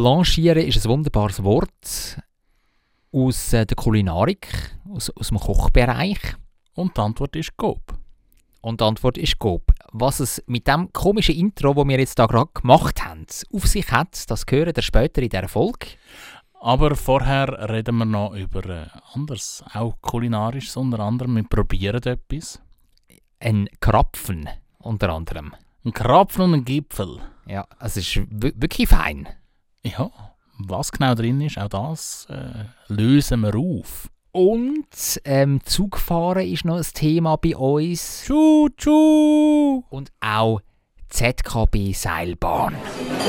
Blanchieren ist ein wunderbares Wort aus der Kulinarik, aus dem Kochbereich. Und die Antwort ist Coop. Und die Antwort ist Coop. Was es mit dem komischen Intro, das wir jetzt da gerade gemacht haben, auf sich hat, das hören wir später in dieser Folge. Aber vorher reden wir noch über anders, auch kulinarisches unter anderem. Wir probieren etwas. Ein Krapfen unter anderem. Ein Krapfen und ein Gipfel. Ja, es ist wirklich fein. Ja, was genau drin ist, auch das lösen wir auf. Und Zugfahren ist noch ein Thema bei uns. Tschu-tschu! Und auch ZKB-Seilbahn.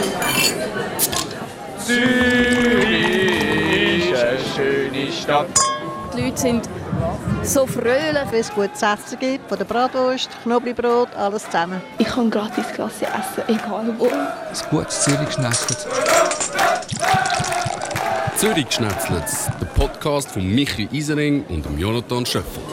Zürich ist eine schöne Stadt. Die Leute sind so fröhlich. Wenn es gutes Essen gibt, von der Bratwurst, Knoblauchbrot, alles zusammen. Ich kann gratis Klasse essen, egal wo. Ein gutes Zürich-Schnetzlitz. Zürich-Schnetzlitz, der Podcast von Michi Isering und Jonathan Schöffel.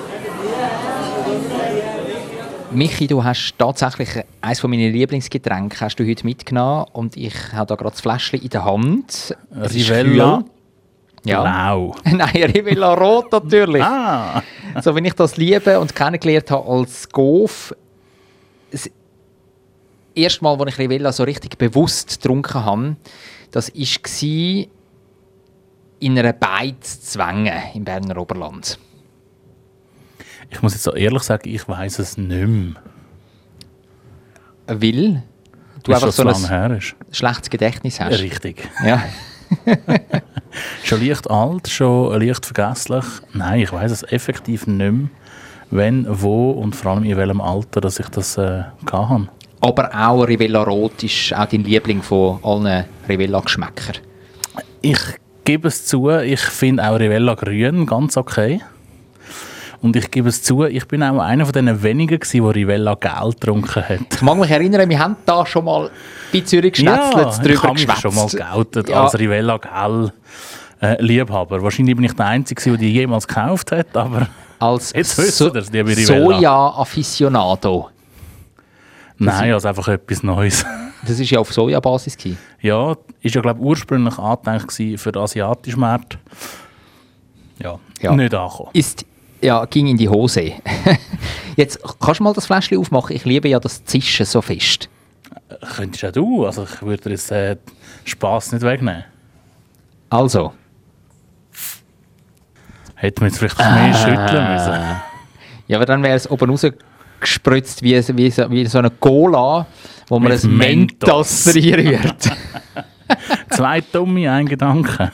Michi, du hast tatsächlich eines meiner Lieblingsgetränke hast du heute mitgenommen und ich habe da gerade das Fläschchen in der Hand. Rivella. Ja. Blau. Nein, Rivella Rot natürlich. Ah! So, wenn ich das liebe und kennengelernt habe als Goof, das erste Mal, als ich Rivella so richtig bewusst getrunken habe, das war in einer Beiz Zwängen im Berner Oberland. Ich muss jetzt so ehrlich sagen, ich weiss es nicht mehr. Weil du Weil einfach es so schon ein so lange her ist. schlechtes Gedächtnis hast. Richtig. Ja. Schon leicht alt, schon leicht vergesslich. Nein, ich weiss es effektiv nicht mehr, wenn, wo und vor allem in welchem Alter dass ich das hatte. Aber auch Rivella Rot ist auch dein Liebling von allen Rivella-Geschmäckern. Ich gebe es zu, ich finde auch Rivella Grün ganz okay. Und ich gebe es zu, ich bin auch einer von den wenigen, die Rivella Gel getrunken hat. Ich mag mich erinnern, wir haben da schon mal bei Zürich Schnetzlitz Ja, drüber ich habe mich geschwätzt. schon mal geoutet Ja. als Rivella Gel Liebhaber. Wahrscheinlich bin ich der Einzige, der die jemals gekauft hat, aber Als jetzt wisst ihr das, liebe Rivella. Soja-Afficionado. Nein, also einfach etwas Neues. Das war ja auf Sojabasis. Ja, ist ja glaube ich ursprünglich angedacht gewesen für den asiatischen Markt. Ja, Ja. nicht angekommen. Ging in die Hose. Jetzt kannst du mal das Fläschchen aufmachen. Ich liebe ja das Zischen so fest. Könntest auch du, also ich würde dir jetzt Spass nicht wegnehmen. Also. Hätten wir jetzt vielleicht ein bisschen mehr schütteln müssen. Ja, aber dann wäre es oben rausgespritzt wie so eine Cola, wo man Mit ein Mentos reinrührt. Zwei dumme, ein Gedanke.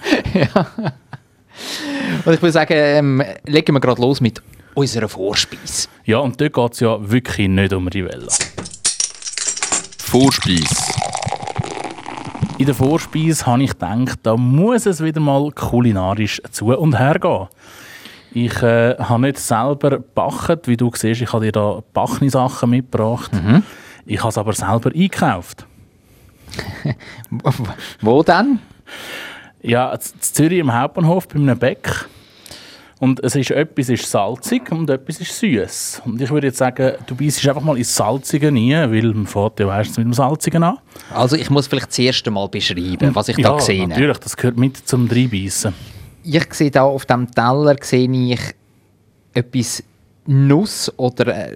Und ich würde sagen, legen wir gerade los mit unserer Vorspeise. Ja, und dort geht es ja wirklich nicht um Rivella. Vorspeise. In der Vorspeise habe ich gedacht, da muss es wieder mal kulinarisch zu und her gehen. Ich habe nicht selber gebacken, wie du siehst, ich habe dir da gebackene Sachen mitgebracht. Ich habe es aber selber eingekauft. Wo denn? Ja, in Zürich im Hauptbahnhof bei einem Bäck. Und etwas ist salzig und etwas ist süß. Und ich würde jetzt sagen, du beißt einfach mal ins Salzige rein, weil man fährt ja meistens mit dem Salzigen an. Also ich muss vielleicht das erste Mal beschreiben, was ich da sehe. Ja, natürlich, das gehört mit zum Reinbeissen. Ich sehe da auf dem Teller etwas Nuss- oder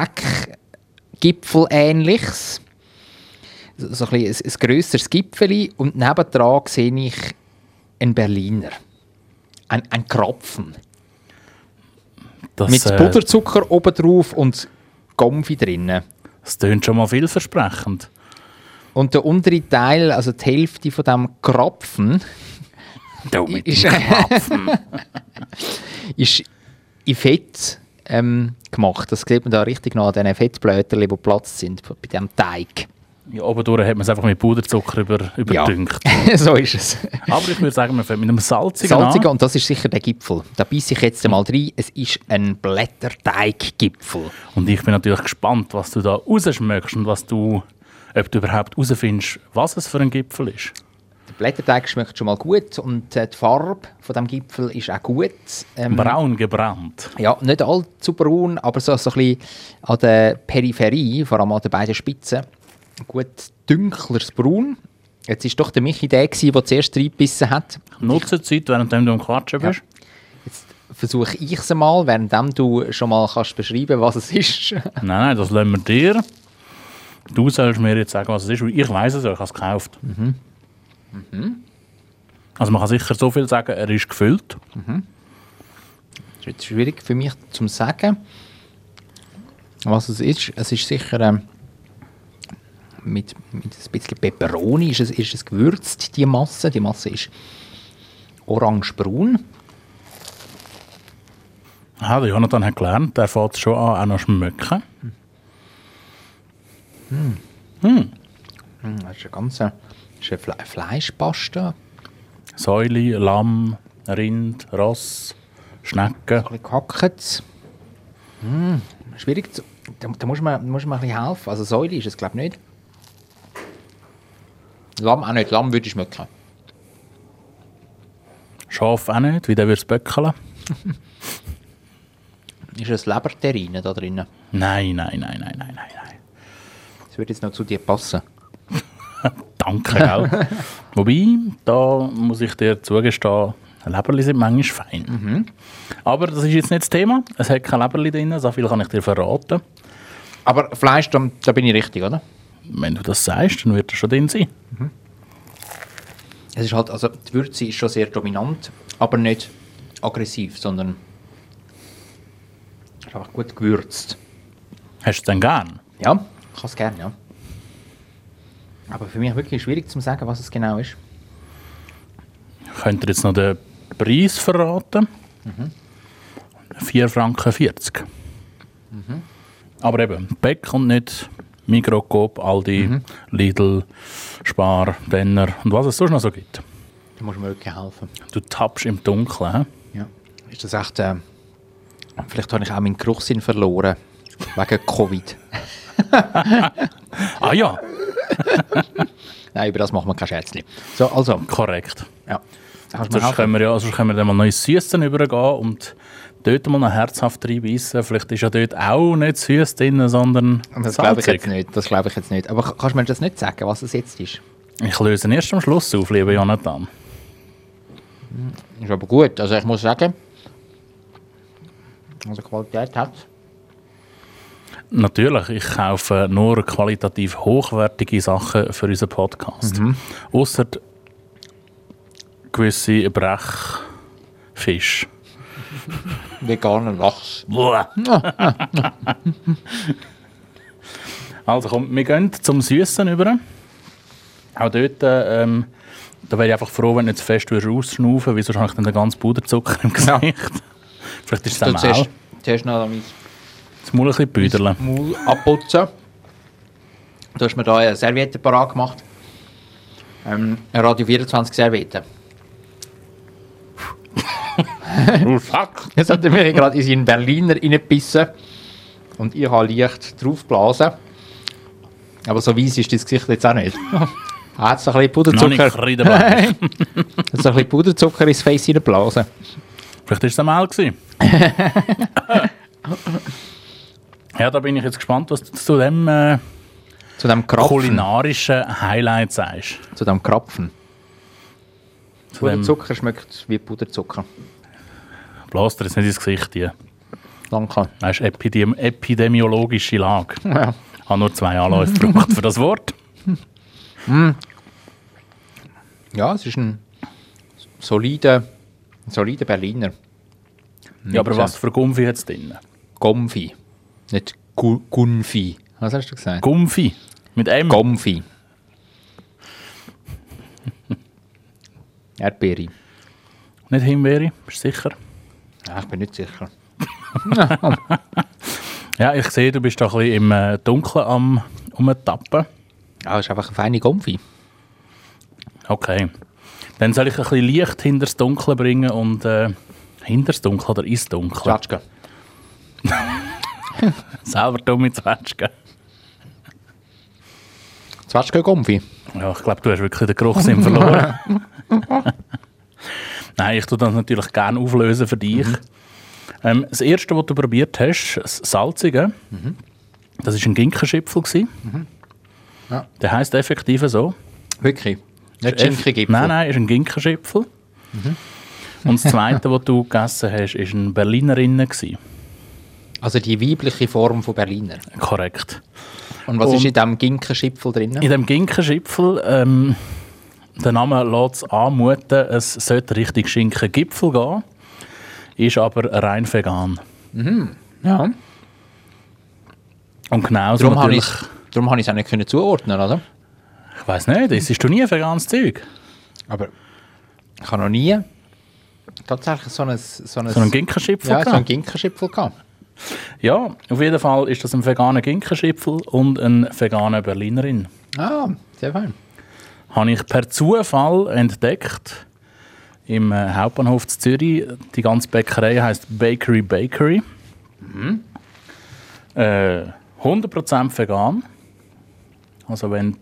Speckgipfel-ähnliches. So ein grösseres Gipfeli. Und nebendran sehe ich einen Berliner. Ein Krapfen. Mit Puderzucker oben drauf und Gomfi drinnen. Das klingt schon mal vielversprechend. Und der untere Teil, also die Hälfte von diesem Krapfen, ist in Fett gemacht. Das sieht man da richtig noch an diesen Fettblättern, die geplatzt sind bei diesem Teig. Ja, oben durch hat man es einfach mit Puderzucker überdüngt. Ja, so ist es. Aber ich würde sagen, wir fangen mit einem salzigen an. Und das ist sicher der Gipfel. Da beiße ich jetzt mal rein. Es ist ein Blätterteiggipfel. Und ich bin natürlich gespannt, was du da rausschmeckst und ob du überhaupt herausfindest, was es für ein Gipfel ist. Der Blätterteig schmeckt schon mal gut und die Farbe von dem Gipfel ist auch gut. Braun gebrannt. Ja, nicht allzu braun, aber so ein bisschen an der Peripherie, vor allem an den beiden Spitzen, gut dunkleres Braun. Jetzt war doch der Michi der, der zuerst reingebissen hat. Nutze die Zeit, während du am Quatschen bist. Jetzt versuche ich es mal, während du schon mal kannst beschreiben, was es ist. Nein, das lassen wir dir. Du sollst mir jetzt sagen, was es ist, weil ich weiss es ja, ich habe es gekauft. Also man kann sicher so viel sagen, er ist gefüllt. Es ist jetzt schwierig für mich zu sagen, was es ist. Es ist sicher mit ein bisschen Peperoni ist es gewürzt, die Masse. Die Masse ist orange-braun. Der Jonathan hat gelernt, der fängt schon an, auch noch schmecken. Das ist eine Fleischpaste. Säule, Lamm, Rind, Ross, Schnecken. Ein bisschen gehackt. Schwierig zu... Da muss man ein bisschen helfen. Also Säule ist es, glaube ich, nicht. Lamm auch nicht. Lamm würde ich schmecken. Schaf auch nicht, wie der würde es böckeln. Ist es Leberterrine da drinnen? Nein. Das würde jetzt noch zu dir passen. Danke auch. Wobei, da muss ich dir zugestehen, Leberli sind manchmal fein. Aber das ist jetzt nicht das Thema. Es hat kein Leberli drin, so viel kann ich dir verraten. Aber Fleisch, da bin ich richtig, oder? Wenn du das sagst, dann wird er schon drin sein. Es ist halt, also die Würze ist schon sehr dominant, aber nicht aggressiv, sondern ist einfach gut gewürzt. Hast du es denn gern? Ja, ich kann es gerne, ja. Aber für mich wirklich schwierig zu sagen, was es genau ist. Könnt ihr jetzt noch den Preis verraten? 4,40 Franken. Aber eben, Beck und nicht Migros, Coop, Aldi, Lidl, Spar, Denner und was es sonst noch so gibt. Da muss mir wirklich helfen. Du tappst im Dunkeln. He? Ja. Ist das echt... vielleicht habe ich auch meinen Geruchssinn verloren. Wegen Covid. Ah ja, Nein, über das machen wir kein Scherzchen. So, also. korrekt. Ja. Kannst du mir Sonst können wir dann mal noch ins Süssen übergehen und dort mal noch herzhaft reinbeissen. Vielleicht ist ja dort auch nicht süß drin, sondern Das glaube ich salzig. jetzt nicht. Das glaube ich jetzt nicht. Aber kannst du mir das nicht sagen, was es jetzt ist? Ich löse ihn erst am Schluss auf, lieber Jonathan. Ist aber gut. Also ich muss sagen, also Qualität hat. Natürlich, ich kaufe nur qualitativ hochwertige Sachen für unseren Podcast. Ausser gewisse Brechfisch. Veganer Lachs. Also komm, wir gehen zum Süßen über. Auch dort, da wäre ich einfach froh, wenn du nicht zu fest ausschnaufen, weil sonst habe ich dann den ganzen Puderzucker im Gesicht. Vielleicht ist es dann auch. Zuerst noch mein Das Maul ein bisschen büderlen. Maul abputzen. Du hast mir hier eine Serviette parat gemacht. Eine Radio 24 Serviette. Fuck! Jetzt hat er mir gerade in seinen Berliner reingebissen. Und ich habe leicht draufgeblasen. Aber so weiss ist das Gesicht jetzt auch nicht. Er hat so ein bisschen Noch nicht Puderzucker. kreidenbleich. Hat so ein bisschen Puderzucker ins Face reingeblasen. Vielleicht war es am Mehl gewesen. Ja, da bin ich jetzt gespannt, was du zu dem Zu dem Krapfen. kulinarischen Highlight sagst. Zu dem Krapfen. Zu dem Puderzucker schmeckt wie Puderzucker. Blas dir jetzt nicht ins Gesicht. Die. Danke. Das ist epidemiologische Lage. Ja. Ich habe nur 2 Anläufe gebraucht für das Wort. Ja, es ist ein solider Berliner. Ja, aber was für Gumpfi hat es drin? Gomfi. Nicht Gunfi. Was hast du gesagt? Gumpfi. Mit M. Gomfi. Erdbeere. Nicht Himbeere, bist du sicher? Ja, ich bin nicht sicher. Ja, ich sehe, du bist da ein bisschen im Dunkeln am Umtappen. Ja, es ist einfach eine feine Gomfi. Okay. Dann soll ich ein bisschen Licht hinter das Dunkle bringen und hinter das Dunkle oder ins Dunkle? Zwetschge. Selber dumme Zwetschge. Zwetschge Gomfi. Ja, ich glaube, du hast wirklich den Geruchssinn verloren. Nein, ich tue das natürlich gerne auflösen für dich. Das erste, was du probiert hast, das Salzige, das war ein Ginkenschipfel. Ja. Der heisst effektiv so. Wirklich? Nicht Schinkengipfel? Nein, ist ein Ginkenschipfel. Und das Zweite, was du gegessen hast, war ein Berlinerinnen. Also die weibliche Form von Berliner. Korrekt. Und was ist in diesem Ginkenschipfel drin? In diesem Ginkenschipfel, der Name lässt es anmuten, es sollte Richtung Schinkengipfel gehen, ist aber rein vegan. Ja. Und genauso Darum habe natürlich... ich es auch nicht zuordnen, oder? Ich weiss nicht, das ist du nie ein veganes Zeug. Aber ich habe noch nie tatsächlich so einen Ginkenschipfel so einen Ginkenschipfel gehabt. Ja, auf jeden Fall ist das ein veganer Ginkenschipfel und ein veganer Berlinerin. Ah, sehr fein. Habe ich per Zufall entdeckt im Hauptbahnhof in Zürich. Die ganze Bäckerei heisst Bakery. 100% vegan. Also wenn du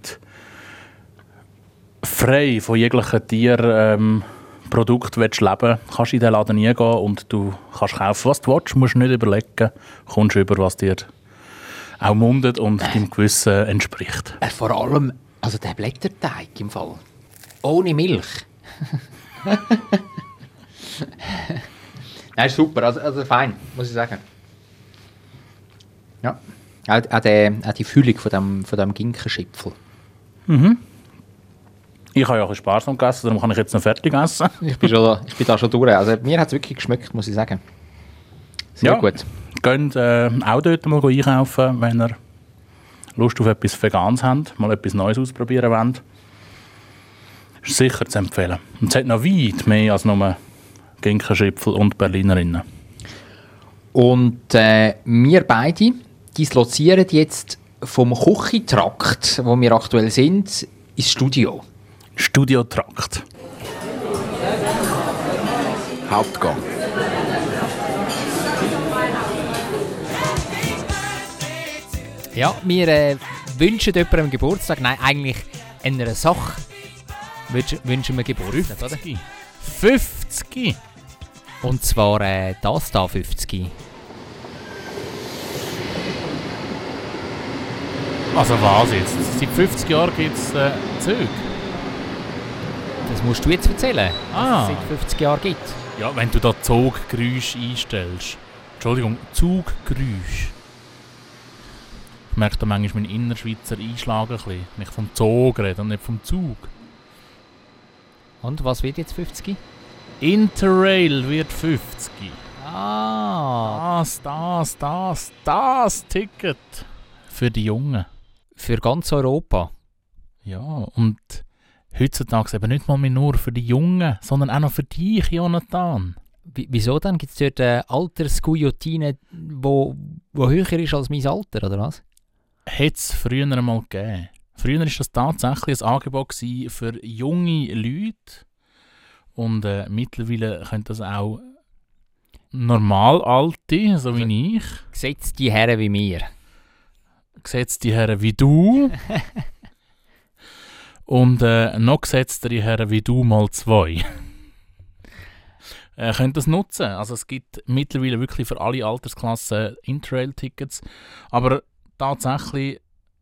frei von jeglichen Tierprodukten leben willst, kannst du in den Laden nie gehen und du kannst kaufen, was du willst. Du musst nicht überlegen, kommst über, was dir auch mundet und deinem Gewissen entspricht. Vor allem, also der Blätterteig im Fall. Ohne Milch. Nein, super, also fein, muss ich sagen. Ja, auch die Füllung von dem Ginkenschipfel. Ich habe ja auch ein sparsam gegessen, darum kann ich jetzt noch fertig essen. Ich bin da schon durch. Also mir hat es wirklich geschmeckt, muss ich sagen. Sehr gut. Geht auch dort mal einkaufen, wenn ihr Lust auf etwas Veganes habt, mal etwas Neues ausprobieren wollt. Ist sicher zu empfehlen. Und es hat noch weit mehr als nur Ginkenschipfel und Berlinerinnen. Und wir beide dislozieren jetzt vom Küchentrakt, wo wir aktuell sind, ins Studio. Studiotrakt. Hauptgang. Ja, wir wünschen jemandem Geburtstag. Nein, eigentlich einer Sache wünschen wir Geburtstag, oder? 50! Und zwar das da, 50. Also was jetzt? Seit 50 Jahren gibt es Züge. Das musst du jetzt erzählen, Ah. was es seit 50 Jahren gibt. Ja, wenn du da Zuggeräusch einstellst. Entschuldigung, Zuggeräusch. Ich merke da manchmal meinen Innerschweizer einschlagen ein bisschen. Wenn ich vom Zug rede und nicht vom Zug. Und was wird jetzt 50? Interrail wird 50. Ah, Das Ticket. Für die Jungen. für ganz Europa. Ja, und heutzutage eben nicht mal mehr nur für die Jungen, sondern auch noch für dich, Jonathan. Wieso dann? Gibt es dort eine Altersguillotine, wo höher ist als mein Alter, oder was? Hätte es früher einmal gegeben. Früher war das tatsächlich ein Angebot für junge Leute. Und mittlerweile können das auch Normalalte, so wie ich. Gesetzte Herren wie mir. Gesetzte Herren wie du. Und noch gesetztere Herren wie du mal 2. Können das nutzen. Also es gibt mittlerweile wirklich für alle Altersklassen Interrail-Tickets. Aber tatsächlich,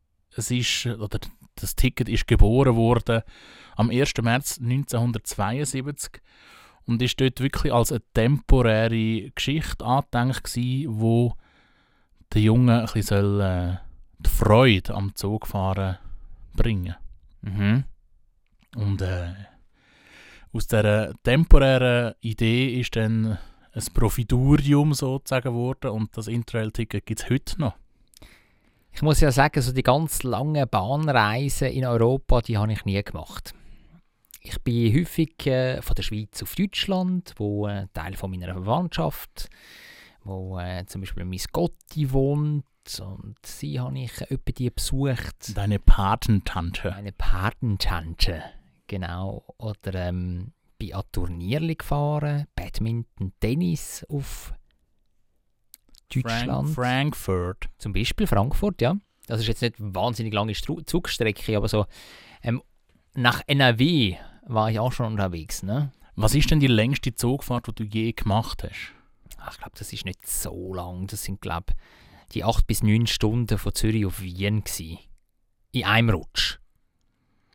das Ticket ist geboren worden am 1. März 1972 und ist dort wirklich als eine temporäre Geschichte angedenkt gewesen, wo den Jungen ein bisschen die Freude am Zugfahren bringen. Mhm. Und aus dieser temporären Idee ist dann ein Profiturium sozusagen geworden und das Interrail-Ticket gibt es heute noch. Ich muss ja sagen, so die ganz langen Bahnreisen in Europa, die habe ich nie gemacht. Ich bin häufig von der Schweiz auf Deutschland, wo ein Teil von meiner Verwandtschaft, wo zum Beispiel mein Gotti wohnt, und sie habe ich etwa die besucht. Deine Patentante. Meine Patentante, genau. Oder bin an Turnierli gefahren, Badminton, Tennis auf Deutschland. Frankfurt. Zum Beispiel Frankfurt, ja. Das ist jetzt nicht eine wahnsinnig lange Zugstrecke, aber so nach NRW war ich auch schon unterwegs. Ne? Was ist denn die längste Zugfahrt, die du je gemacht hast? Ich glaube, das ist nicht so lang. Das sind, glaube ich, die 8 bis 9 Stunden von Zürich auf Wien gewesen. In einem Rutsch.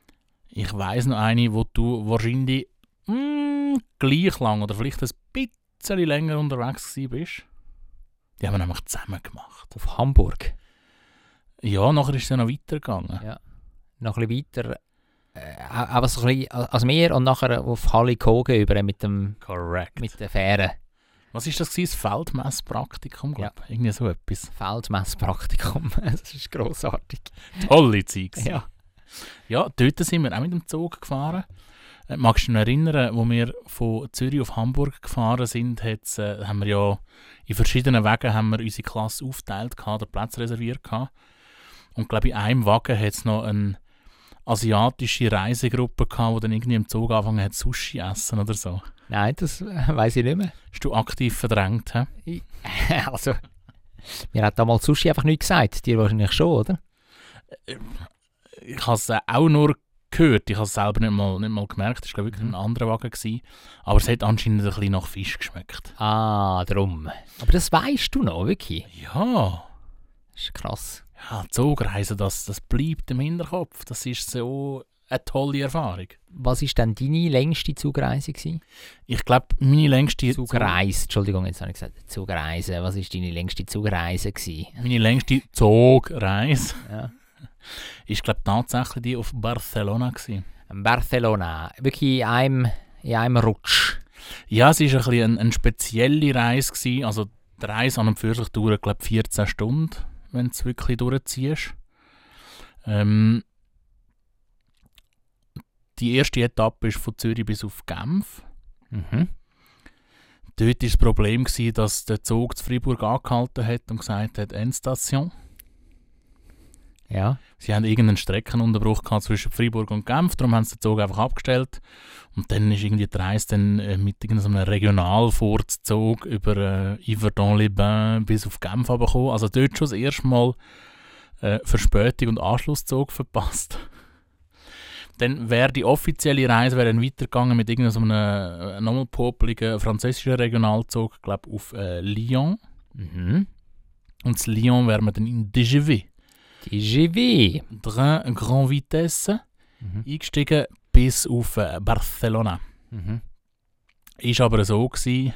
Ich weiss noch eine, wo du wahrscheinlich gleich lang oder vielleicht ein bisschen länger unterwegs bist. Die haben wir nämlich zusammen gemacht. Auf Hamburg. Ja, nachher ist es ja noch weitergegangen. Ja. Noch ein bisschen weiter. Aber so ein bisschen als Meer und nachher auf Hallikogen über mit der Fähre. Was war das? Das Feldmesspraktikum, glaube ich. Irgendwie so etwas. Feldmesspraktikum. Das ist grossartig. Tolle Zeit. Ja. Ja, dort sind wir auch mit dem Zug gefahren. Magst du dich noch erinnern, als wir von Zürich auf Hamburg gefahren sind, haben wir ja in verschiedenen Wagen haben wir unsere Klasse aufgeteilt, den Platz reserviert. Und ich glaube, in einem Wagen hat es noch eine asiatische Reisegruppe gehabt, die dann irgendwie im Zug angefangen hat, Sushi essen oder so. Nein, das weiss ich nicht mehr. Hast du aktiv verdrängt? He? Also, mir hat damals Sushi einfach nichts gesagt. Dir wahrscheinlich schon, oder? Ich habe es auch nur gehört. Ich habe es selber nicht mal gemerkt. Das war wirklich ein anderer Wagen gewesen. Aber es hat anscheinend ein bisschen nach Fisch geschmeckt. Ah, darum. Aber das weißt du noch, wirklich? Ja. Das ist krass. Ja, Zugreisen, das bleibt im Hinterkopf. Das ist so eine tolle Erfahrung. Was war denn deine längste Zugreise gewesen? Ich glaube, meine längste Zugreise, Entschuldigung, jetzt habe ich gesagt Zugreise. Was war deine längste Zugreise gewesen? Meine längste Zugreise Ja. ist, glaube ich, tatsächlich die auf Barcelona gewesen. Barcelona, wirklich in einem Rutsch. Ja, es war ein bisschen eine spezielle Reise gewesen. Also die Reise an und für sich dauert, glaube ich, 14 Stunden, wenn du es wirklich durchziehst. Die erste Etappe ist von Zürich bis auf Genf. Mhm. Dort war das Problem, dass der Zug zu Freiburg angehalten hat und gesagt hat, Endstation. Ja. Sie haben irgendeinen Streckenunterbruch gehabt zwischen Freiburg und Genf, darum haben sie den Zug einfach abgestellt. Und dann ist irgendwie die Reise dann mit irgendeinem Regionalfortzug über Yverdon-les-Bains bis auf Genf gekommen. Also dort schon das erste Mal Verspätung und Anschlusszug verpasst. Dann wäre die offizielle Reise dann weitergegangen mit irgendeinem nochmal popeligen französischen Regionalzug, ich glaube auf Lyon. Mhm. Und in Lyon wären wir dann in DGV. TGV. Train Grand Vitesse eingestiegen bis auf Barcelona. Mhm. Ist aber so gewesen,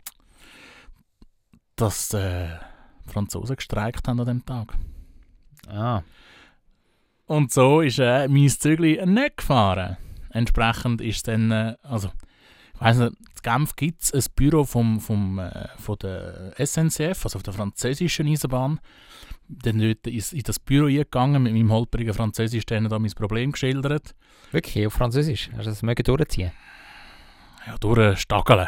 dass die Franzosen gestreikt haben an dem Tag. Ah. Und so ist mein Zügli nicht gefahren. Entsprechend ist dann, also ich weiss nicht, in Genf gibt es ein Büro von der SNCF, also auf der französischen Eisenbahn. Dann dort ist in das Büro gegangen, mit meinem holprigen Französisch, denen da mein Problem geschildert. Wirklich, auf Französisch? Hast du das mögen durchziehen? Ja, durchstackeln.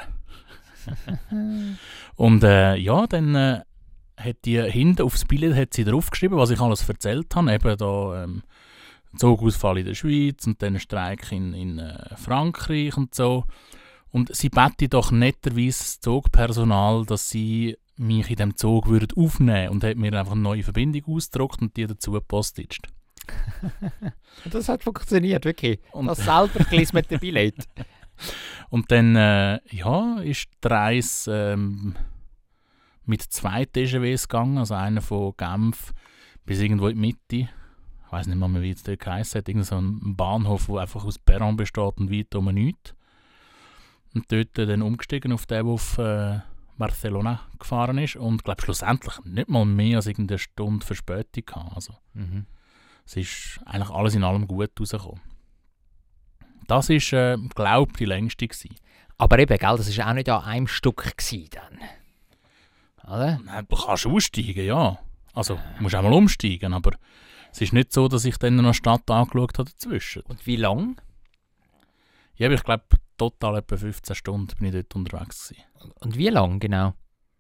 Und ja, dann hat die hinten aufs Billett hat sie draufgeschrieben, was ich alles erzählt habe. Eben da Zugausfall in der Schweiz und dann Streik in Frankreich und so. Und sie bette doch netterweise das Zugpersonal, dass sie mich in diesem Zug aufnehmen würden und hat mir einfach eine neue Verbindung ausgedruckt und die dazu gepostet. Das hat funktioniert, wirklich. Und das selber gelesen mit dem Billett. Und dann ja, ist die Reise mit 2 TGVs gegangen, also einer von Genf bis irgendwo in die Mitte. Ich weiss nicht mehr, wie es dort geheißen hat. Irgend so ein Bahnhof, der einfach aus Perron besteht und weit um nichts. Und dort dann umgestiegen auf den, der auf Barcelona gefahren ist. Und ich glaube schlussendlich nicht mal mehr als irgendeine Stunde Verspätung hatte. Also, es ist eigentlich alles in allem gut rausgekommen. Das war, glaube ich, die längste gewesen. Aber eben, gell, das war auch nicht an einem Stück gewesen, dann. Oder? Du kannst aussteigen, ja. Also, du musst auch mal umsteigen, aber es ist nicht so, dass ich dann noch eine Stadt angeschaut habe dazwischen. Und wie lang? Ja, ich glaube, total etwa 15 Stunden bin ich dort unterwegs gewesen. Und wie lang, genau?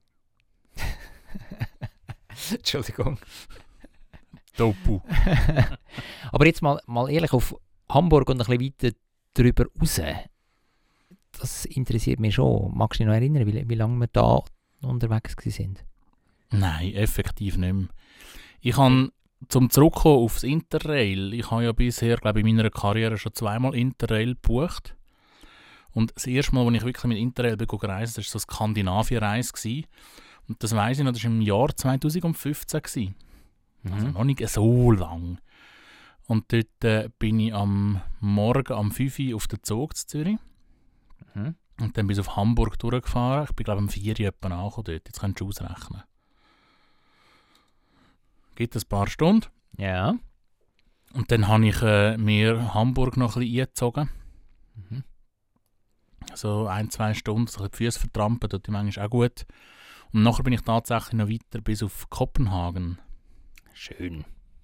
Entschuldigung. Topu. Aber jetzt mal ehrlich, auf Hamburg und ein bisschen weiter drüber raus. Das interessiert mich schon. Magst du dich noch erinnern, wie lange wir da unterwegs sind? Nein, effektiv nicht mehr. Ich habe, zum Zurückkommen aufs Interrail, ich habe ja bisher, glaube ich, in meiner Karriere schon 2-mal Interrail gebucht. Und das erste Mal, als ich wirklich mit Interrail gereist bin, war so eine Skandinavien-Reise. Und das weiss ich noch, das war im Jahr 2015. Also noch nicht so lang. Und dort bin ich am Morgen um 5 Uhr auf den Zug zu Zürich. Mhm. Und dann bis auf Hamburg durchgefahren. Ich bin, glaube ich, um 4 Uhr etwa angekommen dort. Jetzt kannst du ausrechnen. Gibt ein paar Stunden. Ja. Und dann habe ich mir Hamburg noch ein bisschen eingezogen. Mhm. So 1-2 Stunden, so die Füße vertrampelt, tut die manchmal auch gut. Und nachher bin ich tatsächlich noch weiter bis auf Kopenhagen. Schön.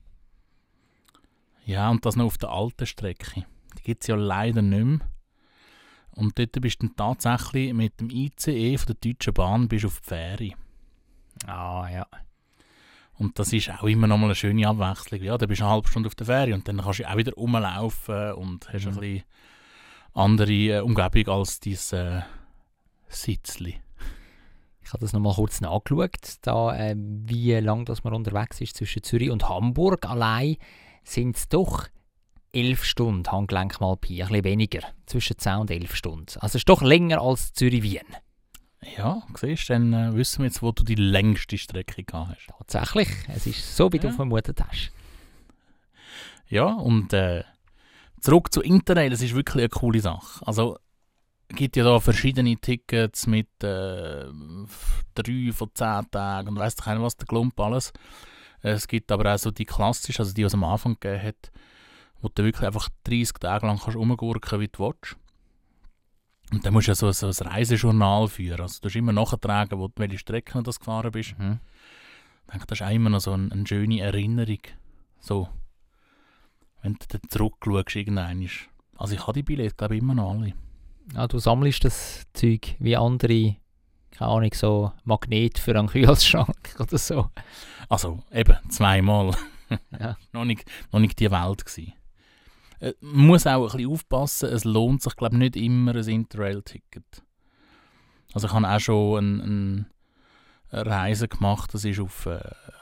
Ja, und das noch auf der alten Strecke. Die gibt es ja leider nicht mehr. Und dort bist du dann tatsächlich mit dem ICE von der Deutschen Bahn bis auf die Fähre. Ah, ja. Und das ist auch immer noch mal eine schöne Abwechslung. Ja, dann bist du eine halbe Stunde auf der Fähre und dann kannst du auch wieder rumlaufen und hast ein bisschen andere Umgebung als dein Sitzli. Ich habe das noch mal kurz nachgeschaut, da, wie lang das man unterwegs ist zwischen Zürich und Hamburg. Allein sind es doch 11 Stunden, Handgelenk mal Pi, ein bisschen weniger, zwischen 10 und 11 Stunden. Also es ist doch länger als Zürich-Wien. Ja, siehst du, dann wissen wir jetzt, wo du die längste Strecke gehabt hast. Tatsächlich, es ist so, wie du vermutet hast. Ja, und zurück zu Interrail, es ist wirklich eine coole Sache. Also, es gibt ja da verschiedene Tickets mit 3 von 10 Tagen und weiss doch keiner, was der Klump alles. Es gibt aber auch so die klassischen, also die, was es am Anfang gegeben hat, wo du wirklich einfach 30 Tage lang kannst rumgurken, wie du willst. Und dann musst du ja so ein Reisejournal führen. Also du musst immer nachtragen, welche Strecken du gefahren bist. Mhm. Ich denke, das ist auch immer noch so eine schöne Erinnerung. So, wenn du dann zurückschaust irgendwann. Also ich habe die Billette, glaube ich, immer noch alle. Ja, du sammelst das Zeug wie andere, keine Ahnung, so Magnet für einen Kühlschrank oder so. Also eben, 2-mal. Ja. noch nicht die Welt gewesen. Man muss auch ein bisschen aufpassen, es lohnt sich, glaube ich, nicht immer ein Interrail-Ticket. Also ich habe auch schon eine Reise gemacht, das war auf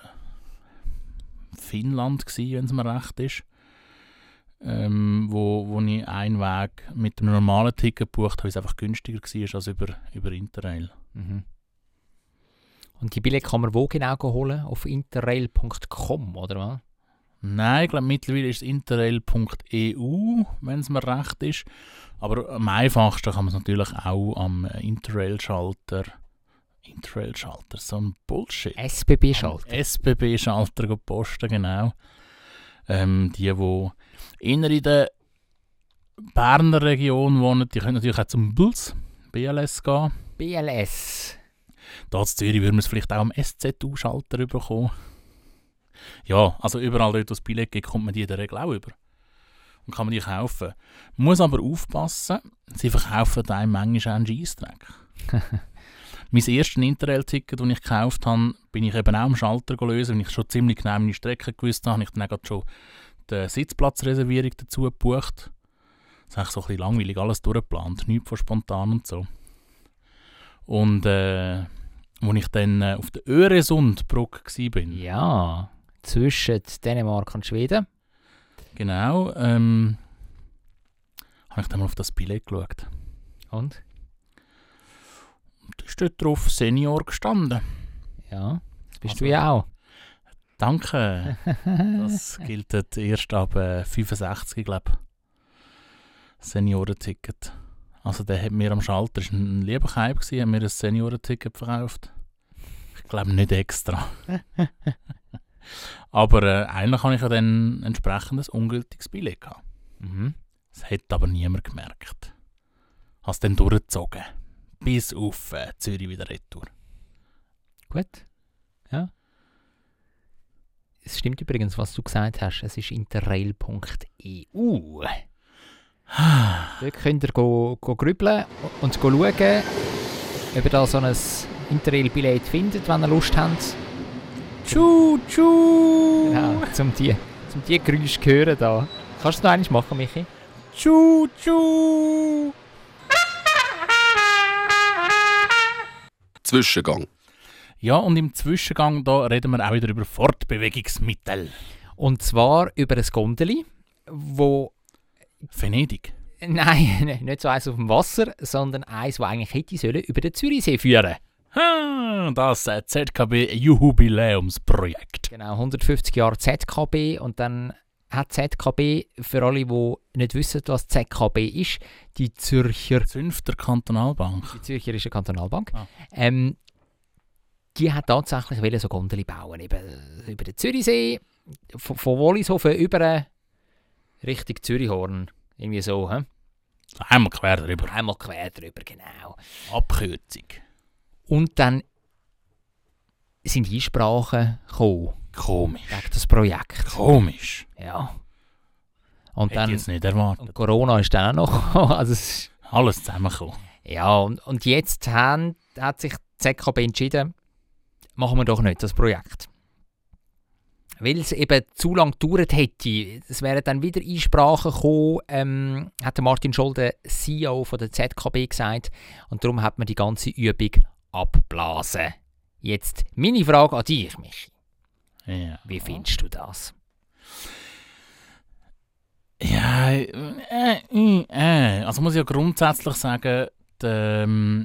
Finnland, wenn es mir recht ist, wo ich einen Weg mit einem normalen Ticket gebucht habe, weil es einfach günstiger war als über Interrail. Mhm. Und die Billette kann man wo genau holen? Auf interrail.com, oder was? Nein, ich glaube mittlerweile ist es interrail.eu, wenn es mir recht ist. Aber am einfachsten kann man es natürlich auch am Interrail-Schalter, so ein Bullshit. SBB-Schalter. SBB-Schalter posten, genau. Die eher in der Berner Region wohnen, die können natürlich auch zum BLS gehen. BLS. Da in Zürich würden wir es vielleicht auch am SZU-Schalter bekommen. Ja, also überall dort, wo es Billett gibt, kommt man die in der Regel auch über. Und kann man die kaufen. Man muss aber aufpassen, sie verkaufen einem manchmal auch einen Scheissdreck. Mein erstes Interrail-Ticket, das ich gekauft habe, bin ich eben auch am Schalter lösen. Wenn ich schon ziemlich genau meine Strecke gewusst habe, habe ich dann auch schon die Sitzplatzreservierung dazu gebucht. Das ist eigentlich so ein bisschen langweilig, alles durchgeplant, nichts von spontan und so. Und als ich dann auf der Öresundbrücke war. Ja, zwischen Dänemark und Schweden. Genau, habe ich dann mal auf das Billett geschaut. Und? Da ist dort drauf Senior gestanden. Ja, das bist Also, du ja auch. Danke. Das gilt erst ab 65, glaube ich. Seniorenticket. Also der hat mir am Schalter, das war ein lieber Keib, hat mir ein Seniorenticket verkauft. Ich glaube nicht extra. Aber eigentlich habe ich ja dann entsprechend ein ungültiges Billett gehabt. Mhm. Das hat aber niemand gemerkt. Habe es dann durchgezogen. Bis auf Zürich wieder retour. Gut. Ja. Es stimmt übrigens, was du gesagt hast. Es ist interrail.eu. Dort könnt ihr go grübeln und schauen, ob ihr da so ein Interrail-Billett findet, wenn ihr Lust habt. Tschu-tschu! Genau, zum die Geräusche zu hören da. Kannst du es noch einmal machen, Michi? Tschu-tschu! Zwischengang. Ja, und im Zwischengang da reden wir auch wieder über Fortbewegungsmittel. Und zwar über ein Gondeli, wo... Venedig. Nein, nicht so eins auf dem Wasser, sondern eins, das eigentlich hätte sollen über den Zürichsee führen. Das ZKB-Jubiläumsprojekt. Genau, 150 Jahre ZKB und dann hat ZKB, für alle, die nicht wissen, was ZKB ist, die Zürcher... Zünfter Kantonalbank. Die Zürcherische Kantonalbank. Ah. Die hat tatsächlich so Gondeli bauen, eben über den Zürichsee, von Wollishofen über Richtung Zürichhorn. Irgendwie so, hä? Einmal quer drüber. Einmal quer drüber, genau. Abkürzung. Und dann sind Einsprachen gekommen Komisch. wegen das Projekt. Komisch. Ja. Und Hätte ich dann jetzt nicht erwartet. und Corona ist dann auch noch gekommen. Also Alles zusammengekommen. ja, und jetzt hat sich die ZKB entschieden, machen wir doch nicht das Projekt. Weil es eben zu lange gedauert hätte. Es wären dann wieder Einsprachen gekommen, hat der Martin Scholl, der CEO von der ZKB, gesagt. Und darum hat man die ganze Übung abblasen. Jetzt meine Frage an dich, Michi. Ja. Wie findest du das? Ja, also muss ich ja grundsätzlich sagen, die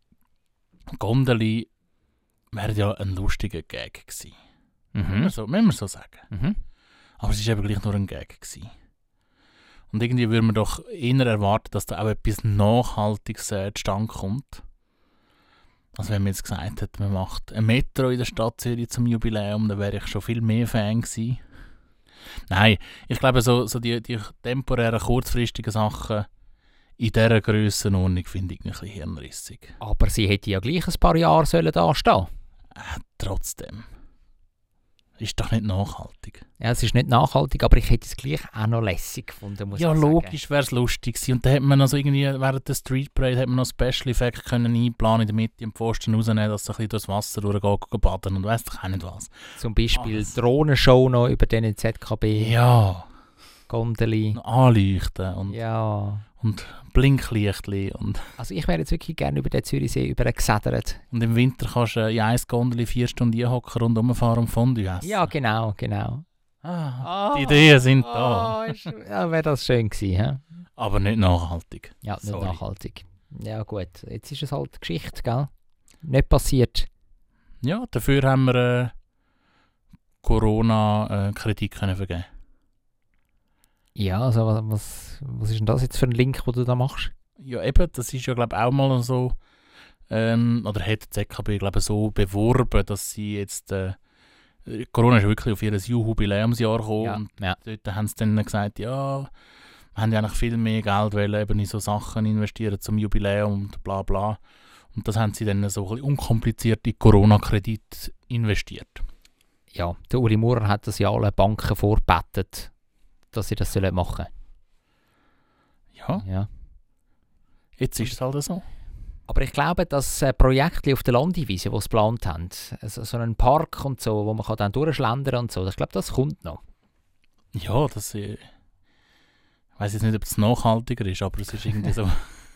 Gondeli wäre ja ein lustiger Gag gewesen. Müssen wir so sagen. Mhm. Aber es war eben gleich nur ein Gag gewesen. Und irgendwie würde man doch eher erwarten, dass da auch etwas Nachhaltiges zustande kommt. Also wenn man jetzt gesagt hätte, man macht ein Metro in der Stadt Zürich zum Jubiläum, dann wäre ich schon viel mehr Fan gewesen. Nein, ich glaube, so die temporären, kurzfristigen Sachen in dieser Grössenordnung finde ich ein bisschen hirnrissig. Aber sie hätte ja gleich ein paar Jahre sollen da stehen. Trotzdem. Ist doch nicht nachhaltig. Ja, es ist nicht nachhaltig, aber ich hätte es gleich auch noch lässig gefunden, muss Ja, ich sagen. logisch wäre es lustig gewesen. Und da hätte man also irgendwie während der Street Parade hat man noch Special Effekt können einplanen in der Mitte im Pfosten rausnehmen, dass es ein bisschen durchs Wasser durchgeht, baden und weiss doch auch nicht was. Zum Beispiel Alles. Drohnenshow noch über den ZKB, Ja, Gondeli. anleuchten und Ja. Blinklichtli und Also ich wäre jetzt wirklich gerne über den Zürichsee übergesedert. im Winter kannst du in 1 Gondeli 4 Stunden einhocken und rumfahren und Fondue essen. Ja, genau. Die Ideen sind da. Ja, wäre das schön gewesen, hä? Aber nicht nachhaltig. Ja, nicht Sorry. nachhaltig. Ja gut, jetzt ist es halt Geschichte, gell? Nicht passiert. Ja, dafür haben wir Corona-Kredit können vergeben. Ja, also was ist denn das jetzt für ein Link, den du da machst? Ja, eben, das ist ja, glaube ich, auch mal so, oder hat die ZKB, glaube ich, so beworben, dass sie jetzt, Corona ist wirklich auf ihr Jubiläumsjahr gekommen und ja. dort haben sie dann gesagt, ja, wir haben ja eigentlich viel mehr Geld wollen, eben in so Sachen investieren zum Jubiläum und bla bla. Und das haben sie dann so ein bisschen unkompliziert in Corona-Kredit investiert. Ja, der Uri Maurer hat das ja allen Banken vorbettet, dass sie das machen Ja, sollen. Ja. jetzt ist es halt so. Aber ich glaube, das Projekt auf der Landiwiese, das sie geplant haben, also so einen Park und so, wo man dann durchschlendern und so, ich glaube, das kommt noch. Ja, das ich weiß jetzt nicht, ob es nachhaltiger ist, aber es ist irgendwie so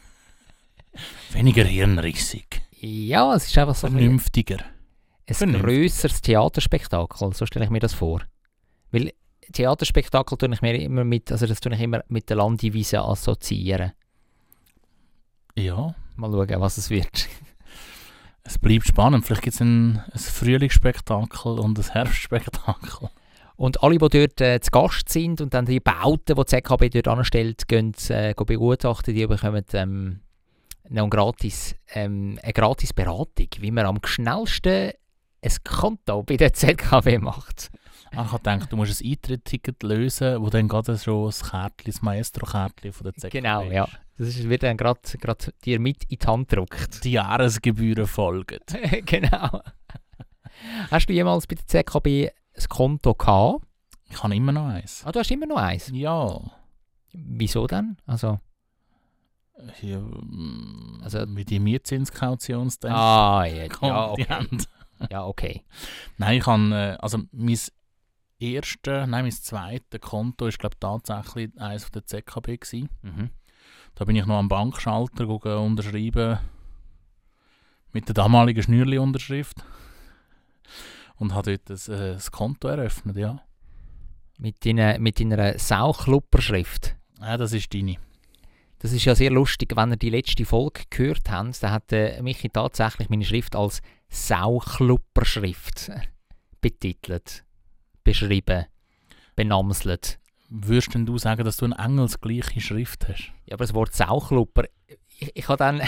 weniger hirnrissig, Ja, es ist einfach so ein vernünftiger. grösseres Theaterspektakel, so stelle ich mir das vor. Weil Theaterspektakel tue ich mir immer mit, also das tue ich immer mit der Landiwiese assoziieren. Ja, Mal schauen, was es wird. es bleibt spannend. Vielleicht gibt es ein Frühlingsspektakel und ein Herbstspektakel. Und alle, die dort zu Gast sind und dann die Bauten, die die ZKB dort anstellt, gehen begutachten, die bekommen noch eine gratis Beratung, wie man am schnellsten ein Konto bei der ZKB macht. Ich habe gedacht, du musst ein Eintrittsticket lösen, wo dann gerade schon das Maestro-Kärtchen von der ZKB Genau, ist. ja. Das wird dann gerade dir mit in die Hand gedruckt. Die Jahresgebühren folgen. Genau. Hast du jemals bei der ZKB ein Konto gehabt? Ich habe immer noch eins. Ah, du hast immer noch eins. Ja. Wieso denn? Also, Hier, Also- wie die Mietzinskautionsdings. ja, okay. haben. Ja, okay. Nein, ich habe, also mein zweites Konto ist, glaube ich, tatsächlich eines von der ZKB gewesen. Mhm. Da bin ich noch am Bankschalter unterschreiben mit der damaligen Schnürli-Unterschrift und habe dort ein Konto eröffnet, ja. Mit deiner Sauklupperschrift. Ja, das ist deine. Das ist ja sehr lustig, wenn ihr die letzte Folge gehört habt, dann hat Michi tatsächlich meine Schrift als Sauklupperschrift betitelt, beschrieben, benamselt. würdest denn du sagen, dass du eine engelsgleiche Schrift hast? Ja, aber das Wort Sauklupper, ich habe dann...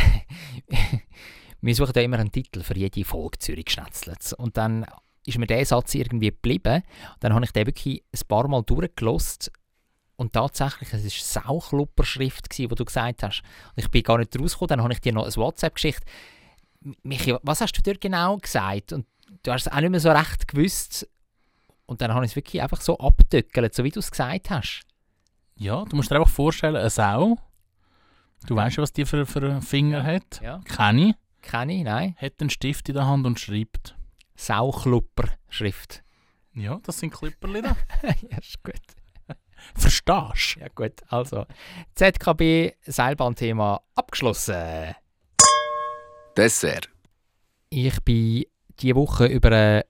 Wir suchen ja immer einen Titel für jede Folge Zürich schnetzelt. Und dann ist mir dieser Satz irgendwie geblieben. Und dann habe ich den wirklich ein paar Mal durchgelassen. Und tatsächlich, es war Sauklupper-Schrift, die du gesagt hast. Und ich bin gar nicht rausgekommen. Dann habe ich dir noch eine WhatsApp-Geschichte. Michi, was hast du dort genau gesagt? Und du hast es auch nicht mehr so recht gewusst. Und dann habe ich es wirklich einfach so abgetöckelt, so wie du es gesagt hast. Ja, du musst dir einfach vorstellen, eine Sau. Du weißt ja, was die für einen Finger hat. Ja. Kenne ich, nein. hat einen Stift in der Hand und schreibt. Sauklupper-Schrift. Ja, das sind Klipperli da. Ja, ist gut. Verstehst du? Ja gut, also ZKB Seilbahnthema abgeschlossen. Dessert. Ich bin diese Woche über eine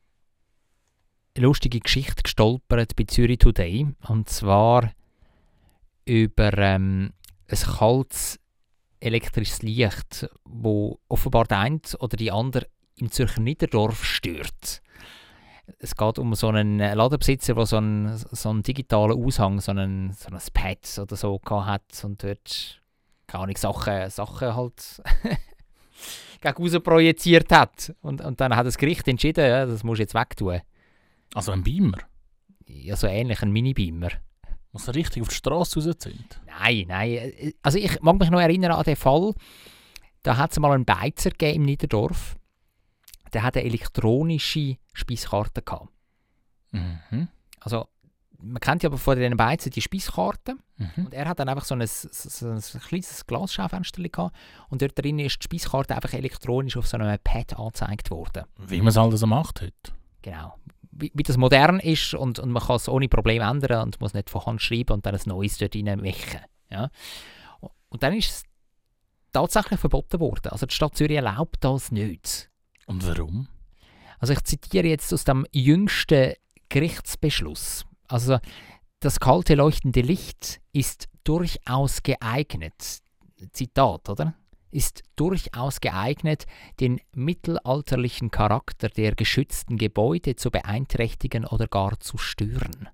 lustige Geschichte gestolpert bei Zürich Today. Und zwar über ein kaltes elektrisches Licht, wo offenbar der eine oder die andere im Zürcher Niederdorf stört. Es geht um so einen Ladenbesitzer, der so einen digitalen Aushang, so ein Pad oder so hat und dort keine Ahnung, Sachen halt gegen raus projiziert hat. Und dann hat das Gericht entschieden, ja, das musst du jetzt wegtun. Also ein Beamer? Ja, so ähnlich, ein Mini-Beamer. Was richtig auf die Straße rauszieht? Nein. Also ich mag mich noch erinnern an den Fall, da hat es mal einen Beizer gegeben im Niederdorf. Der hatte eine elektronische Speiskarte gehabt. Mhm. Also man kennt ja aber von den Beizen die Speiskarte. Mhm. Und er hat dann einfach so ein kleines Glasschaufenster gehabt. Und dort drin ist die Speiskarte einfach elektronisch auf so einem Pad angezeigt worden. Wie man es alles so macht heute. Genau. Wie das modern ist und man kann es ohne Probleme ändern und muss nicht von Hand schreiben und dann ein neues dort reinmachen. Ja? Und dann ist es tatsächlich verboten worden. Also die Stadt Zürich erlaubt das nicht. Und warum? Also ich zitiere jetzt aus dem jüngsten Gerichtsbeschluss. Also das kalte leuchtende Licht ist durchaus geeignet. Zitat, oder? Ist durchaus geeignet, den mittelalterlichen Charakter der geschützten Gebäude zu beeinträchtigen oder gar zu stören.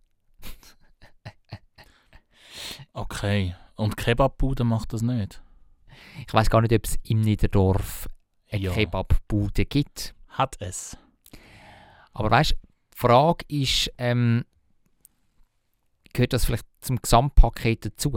Okay. Und Kebabbude macht das nicht? Ich weiß gar nicht, ob es im Niederdorf eine Kebabbude gibt. Hat es. Aber weißt du, die Frage ist, gehört das vielleicht zum Gesamtpaket dazu?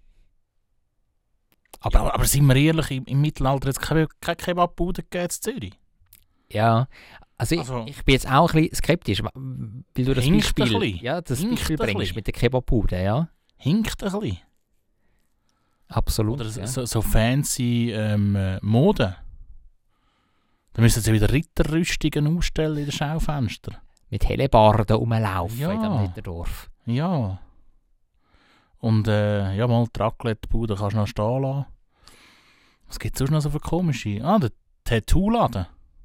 Aber sind wir ehrlich, im Mittelalter hat es keine Kebabbude gegeben in Zürich? Ja, also ich bin jetzt auch ein bisschen skeptisch, weil du das Beispiel bringst mit der Kebabbude, ja. Hinkt ein bisschen. Absolut. Oder so fancy Mode. Da müssen sie wieder Ritterrüstungen ausstellen in den Schaufenstern. Mit Hellebarden rumlaufen Ja. in dem Niederdorf. Ja. Und mal die Raclette-Bude kannst du noch stehen lassen. Was gibt es sonst noch so für komische? Der Tattoo-Laden.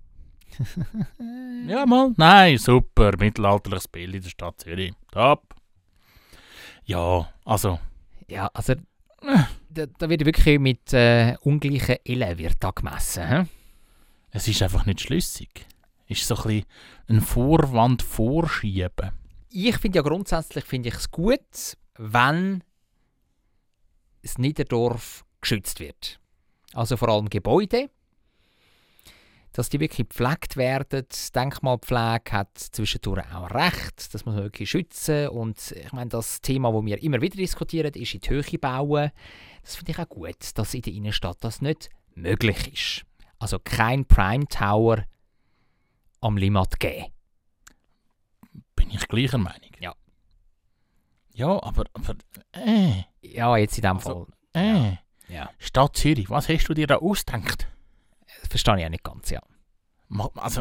Ja, mal. Nein, super. Mittelalterliches Bild in der Stadt Zürich. Top. Ja, also. Ja, also da wird wirklich mit ungleichen Ellen wird da gemessen. He? Es ist einfach nicht schlüssig. Es ist so ein bisschen ein Vorwand vorschieben. Ich finde ja grundsätzlich es gut, wenn das Niederdorf geschützt wird. Also vor allem Gebäude, dass die wirklich gepflegt werden. Die Denkmalpflege hat zwischendurch auch Recht, das muss man wirklich schützen. Und ich meine, das Thema, das wir immer wieder diskutieren, ist in die Höhe bauen. Das finde ich auch gut, dass in der Innenstadt das nicht möglich ist. Also kein Prime Tower am Limmat geben. Bin ich gleicher Meinung? Ja. Ja, aber Ja, jetzt in diesem Fall. Ja. Stadt Zürich, was hast du dir da ausgedacht? Das verstehe ich auch nicht ganz, ja. Also.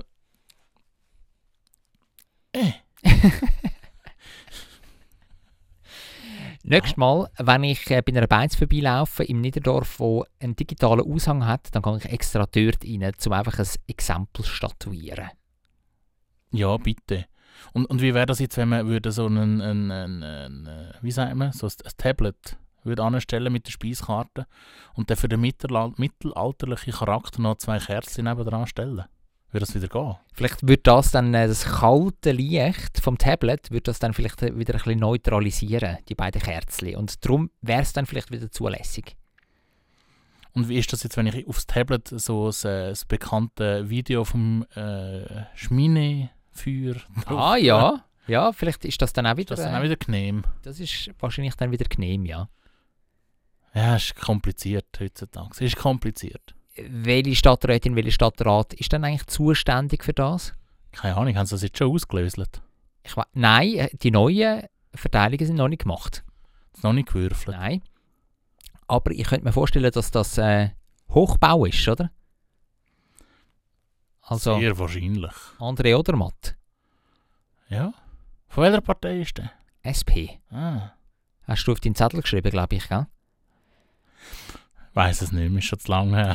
Nächstes Mal, wenn ich bei einer Beiz vorbeilaufe im Niederdorf, wo einen digitalen Aushang hat, dann kann ich extra dort rein, um einfach ein Exempel zu statuieren. Ja, bitte. Und wie wäre das jetzt, wenn man würde so wie sagt man, so ein Tablet würde anstellen mit der Speiskarte und dann für den mittelalterlichen Charakter noch 2 Kerzen nebendran stellen? würde das wieder gehen. Vielleicht wird das dann, das kalte Licht vom Tablet, wird das dann vielleicht wieder ein bisschen neutralisieren, die beiden Kerzen. Und darum wäre es dann vielleicht wieder zulässig. Und wie ist das jetzt, wenn ich aufs Tablet so das bekannte Video vom Schminefeuer Ah ja, ja, vielleicht ist das dann auch wieder... Das ist dann auch wieder genehm. Das ist wahrscheinlich dann wieder genehm, ja. Ja, es ist kompliziert heutzutage. Es ist kompliziert. Welche Stadträtin, welcher Stadtrat ist dann eigentlich zuständig für das? Keine Ahnung, haben sie das jetzt schon ausgelöst? Nein, die neuen Verteilungen sind noch nicht gemacht. Das ist noch nicht gewürfelt. Nein. Aber ich könnte mir vorstellen, dass das Hochbau ist, oder? Also Sehr wahrscheinlich. André Odermatt, Ja? Von welcher Partei ist der? SP. Ah. Hast du auf deinen Zettel geschrieben, glaube ich, gell? Weiss es nicht mehr, ist schon zu lange her.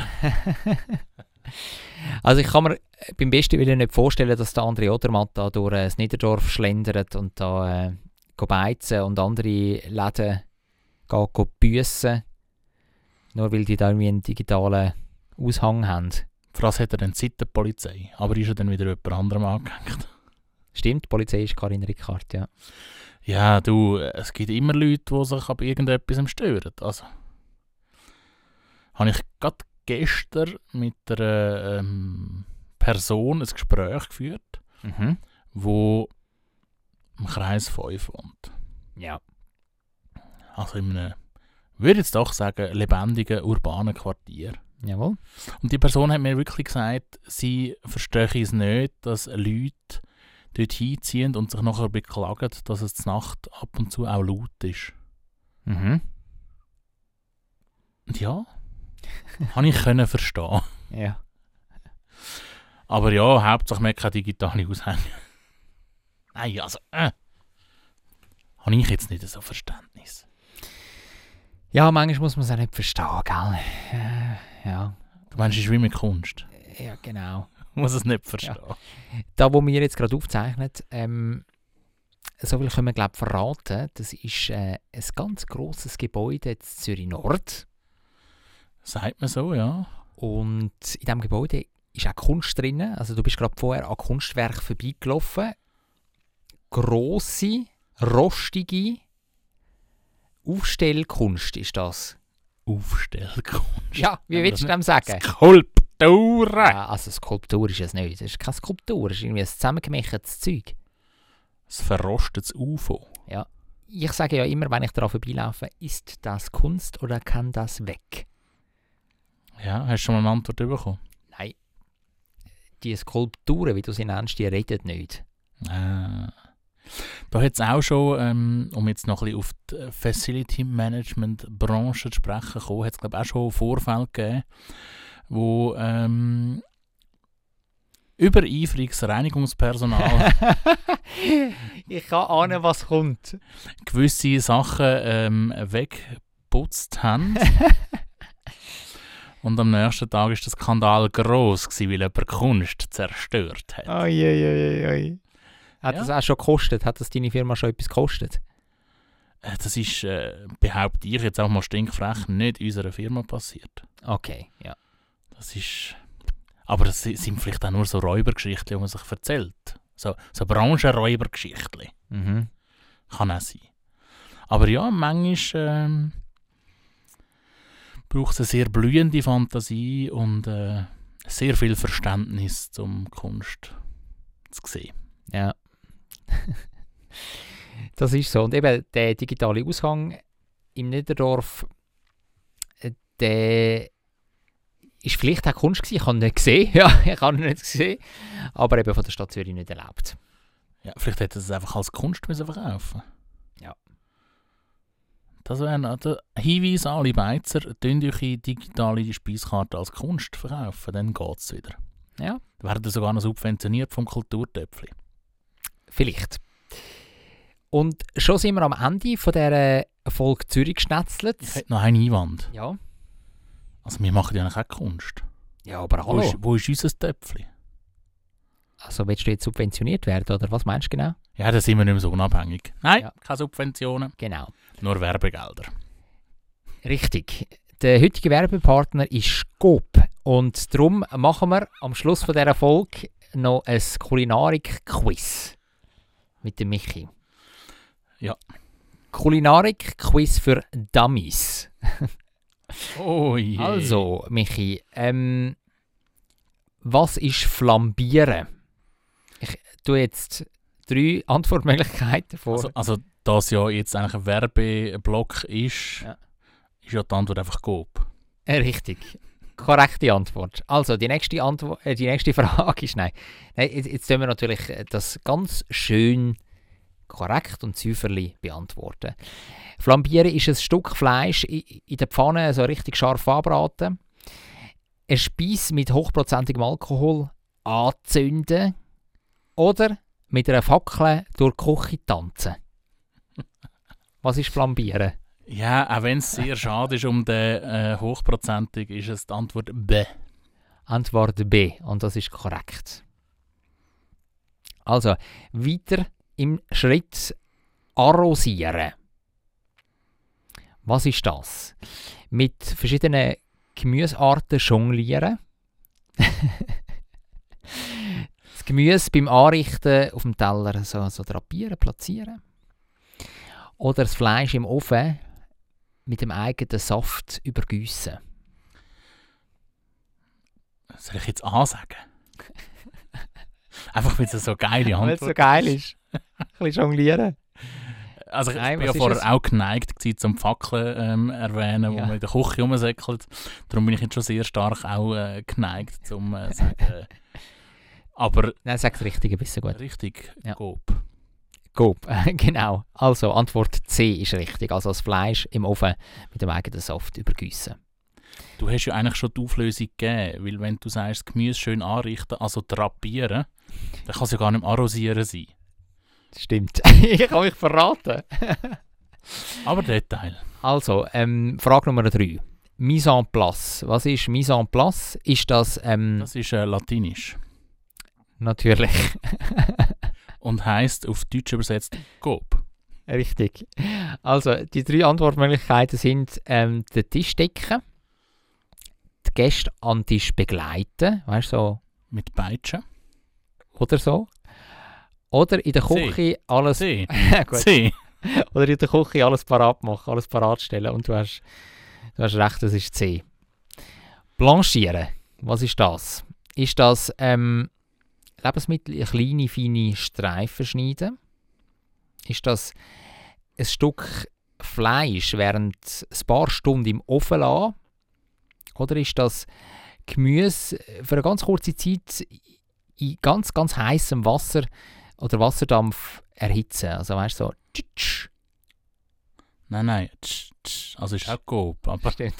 Also ich kann mir beim besten Willen nicht vorstellen, dass der André Odermatt da durch das Niederdorf schlendert und da beizen und andere Läden büssen, nur weil die da irgendwie einen digitalen Aushang haben. Für das hat er dann Zeit der Polizei. Aber ist er dann wieder jemand anderem angehängt. Stimmt, die Polizei ist Karin Rickard, ja. Ja, du, es gibt immer Leute, die sich ab irgendetwas stören. Also, habe ich gerade gestern mit einer Person ein Gespräch geführt, wo im Kreis 5 wohnt. Ja. Also in einem, würde jetzt doch sagen, lebendigen, urbanen Quartier. Jawohl. Und die Person hat mir wirklich gesagt, sie verstehe es nicht, dass Leute dort hinziehen und sich nachher beklagen, dass es zur Nacht ab und zu auch laut ist. Mhm. Und ja, habe ich können verstehen. Ja. Aber ja, Hauptsache man hat keine digitale Aushänge. Nein, also, habe ich jetzt nicht so Verständnis. Ja, manchmal muss man es auch nicht verstehen, gell? Ja. Du meinst, es ist wie mit Kunst. Ja, genau. Man muss es nicht verstehen. Ja. Da, wo wir jetzt gerade aufzeichnen, so viel können wir, glaube ich, verraten. Das ist ein ganz grosses Gebäude in Zürich Nord. Sagt man so, ja. Und in diesem Gebäude ist auch Kunst drin. Also du bist gerade vorher an Kunstwerk vorbeigelaufen. Grosse, rostige Aufstellkunst ist das. Aufstellkunst? Ja, wie willst du dem sagen? Skulpturen! Ja, also Skulptur ist es nicht. Das ist keine Skulptur, das ist irgendwie ein zusammengemachtes Zeug. Ein verrostetes UFO. Ja. Ich sage ja immer, wenn ich daran vorbeilaufe, ist das Kunst oder kann das weg? Ja, hast du schon mal eine Antwort bekommen? Nein. Die Skulpturen, wie du sie nennst, die reden nicht. Da hat es auch schon, um jetzt noch ein bisschen auf die Facility Management Branche zu sprechen zu kommen, hat es glaube ich auch schon Vorfälle gegeben, wo übereifriges Reinigungspersonal ich kann ahnen, was kommt. gewisse Sachen weggeputzt haben. Und am nächsten Tag war der Skandal gross, weil jemand Kunst zerstört hat. Oi. Hat das auch schon gekostet? Hat das deine Firma schon etwas gekostet? Das ist, behaupte ich jetzt auch mal stinkfrech, nicht unserer Firma passiert. Okay, ja. Das ist... Aber das sind vielleicht auch nur so Räubergeschichten, die man sich erzählt. So Branchenräubergeschichten. Mhm. Kann auch sein. Aber ja, manchmal braucht es eine sehr blühende Fantasie und sehr viel Verständnis, um Kunst zu sehen. Ja. Das ist so. Und eben der digitale Aushang im Niederdorf, der ist vielleicht auch Kunst gewesen. Ich habe ihn nicht gesehen. Ja, ich habe ihn nicht gesehen. Aber eben von der Stadt Zürich nicht erlaubt. Ja, vielleicht hätte es einfach als Kunst müssen verkaufen. Ja. Das wäre der Hinweis an alle Beizer, könnt ihr eure digitale Speiskarte als Kunst verkaufen, dann geht es wieder. Ja. Werden sogar noch subventioniert vom Kulturtöpfli. Vielleicht. Und schon sind wir am Ende von dieser Folge Zürich geschnetzelt. Ich hätte noch einen Einwand. Ja. Also wir machen ja eigentlich auch Kunst. Ja, aber hallo. Wo ist unser Töpfli? Also willst du jetzt subventioniert werden, oder was meinst du genau? Ja, da sind wir nicht mehr so unabhängig. Nein, Ja. keine Subventionen. Genau. Nur Werbegelder. Richtig. Der heutige Werbepartner ist Coop. Und darum machen wir am Schluss von dieser Folge noch ein Kulinarik-Quiz mit dem Michi. Ja. Kulinarik-Quiz für Dummies. Oh je. Also, Michi, was ist Flambieren? Ich tue jetzt 3 Antwortmöglichkeiten vor. Also dass ja jetzt eigentlich ein Werbeblock ist, ist ja die Antwort einfach Coop. Richtig. Korrekte Antwort. Also, die nächste Frage ist nein. Jetzt tun wir natürlich das ganz schön korrekt und säuferlich beantworten. Flambieren ist ein Stück Fleisch in der Pfanne so richtig scharf anbraten. Ein Speiss mit hochprozentigem Alkohol anzünden oder mit einer Fackel durch die Küche tanzen. Was ist Flambieren? Ja, auch wenn es sehr schade ist um den hochprozentig, ist es die Antwort B. Antwort B, und das ist korrekt. Also, weiter im Schritt arrosieren. Was ist das? Mit verschiedenen Gemüsearten jonglieren. Das Gemüse beim Anrichten auf dem Teller so drapieren, platzieren. Oder das Fleisch im Ofen mit dem eigenen Saft übergießen. Soll ich jetzt A sagen? Einfach weil es so geile Antwort Weil es so geil ist. Ein bisschen jonglieren. Also ich Nein, war ja vorher auch geneigt zum Fackeln erwähnen, wo man in der Küche rumsäckelt. Darum bin ich jetzt schon sehr stark auch geneigt zum sagen. Aber Nein, sag das Richtige, bist du gut. richtig, Ja. Coop. Coop, genau. Also Antwort C ist richtig. Also das Fleisch im Ofen mit dem eigenen Saft übergießen. Du hast ja eigentlich schon die Auflösung gegeben, weil wenn du sagst, das Gemüse schön anrichten, also drapieren, dann kann es ja gar nicht mehr arrosieren sein. Stimmt. Ich habe mich verraten. Aber Detail. Also, Frage Nummer 3. Mise en place. Was ist Mise en place? Ist das... Das ist latinisch Natürlich. und heisst auf Deutsch übersetzt Coop. Richtig. Also, die 3 Antwortmöglichkeiten sind den Tisch decken, die Gäste an den Tisch begleiten, weißt du, so, Mit Peitschen. oder so. Oder in der C. Küche alles... C. Gut. C. Oder in der Küche alles parat machen, alles parat stellen. Und du hast recht, das ist C. Blanchieren. Was ist das? Ist das Lebensmittel in kleine, feine Streifen schneiden? Ist das ein Stück Fleisch während ein paar Stunden im Ofen lassen? Oder ist das Gemüse für eine ganz kurze Zeit in ganz, ganz heißem Wasser oder Wasserdampf erhitzen? Also weißt du, so tsch. Nein. Also ist auch Coop. Aber Stimmt.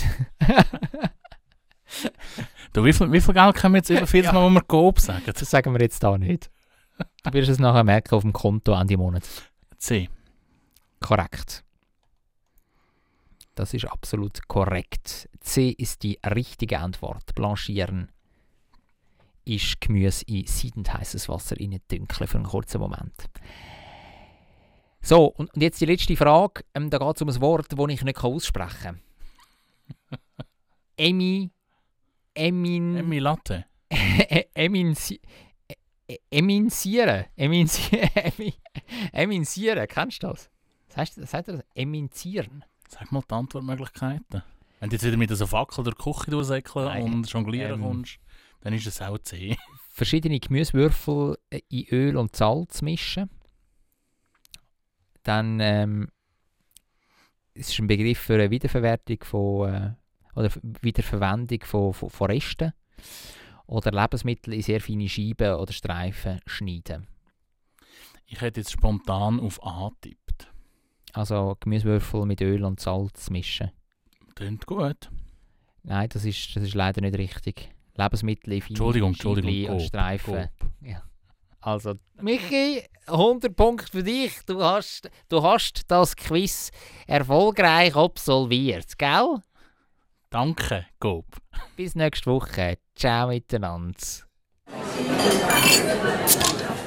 du, wie viel Geld können wir jetzt über jedes Mal, wo wir Coop sagen? Das sagen wir jetzt da nicht. Du wirst es nachher merken auf dem Konto Ende Monat. C. Korrekt. Das ist absolut korrekt. C ist die richtige Antwort. Blanchieren ist Gemüse in siedend heißes Wasser dünkeln für einen kurzen Moment. So, und jetzt die letzte Frage. Da geht es um ein Wort, das ich nicht aussprechen kann. Emmi Latte. Eminzieren, kennst du das? Sagt er das? Eminzieren? Sag mal die Antwortmöglichkeiten. Wenn du jetzt wieder mit so Fackel durch die Küche durchsäckeln Nein. und jonglieren kommst, dann ist es auch C. Verschiedene Gemüsewürfel in Öl und Salz mischen. Dann es ist ein Begriff für eine Wiederverwertung von oder Wiederverwendung von Resten. Oder Lebensmittel in sehr feine Scheiben oder Streifen schneiden. Ich hätte jetzt spontan auf A getippt. Also Gemüsewürfel mit Öl und Salz mischen. Klingt gut. Nein, das ist leider nicht richtig. Lebensmittel in feine Entschuldigung, Scheibli und Coop, Streifen. Coop. Ja. Also, Michi, 100 Punkte für dich. Du hast das Quiz erfolgreich absolviert, gell? Danke, Coop. Bis nächste Woche. Ciao miteinander.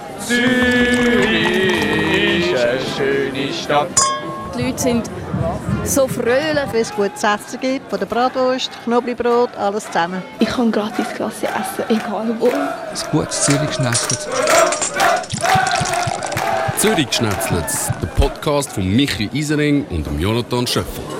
Zürich ist eine schöne Stadt. Die Leute sind so fröhlich. Wenn es gutes Essen gibt, von der Bratwurst, Knoblauchbrot, alles zusammen. Ich kann gratis Klasse essen, egal wo. Ein gutes Zürich-Schnetzlitz. Zürich Schnetzlitz, der Podcast von Michi Isering und dem Jonathan Schöffel.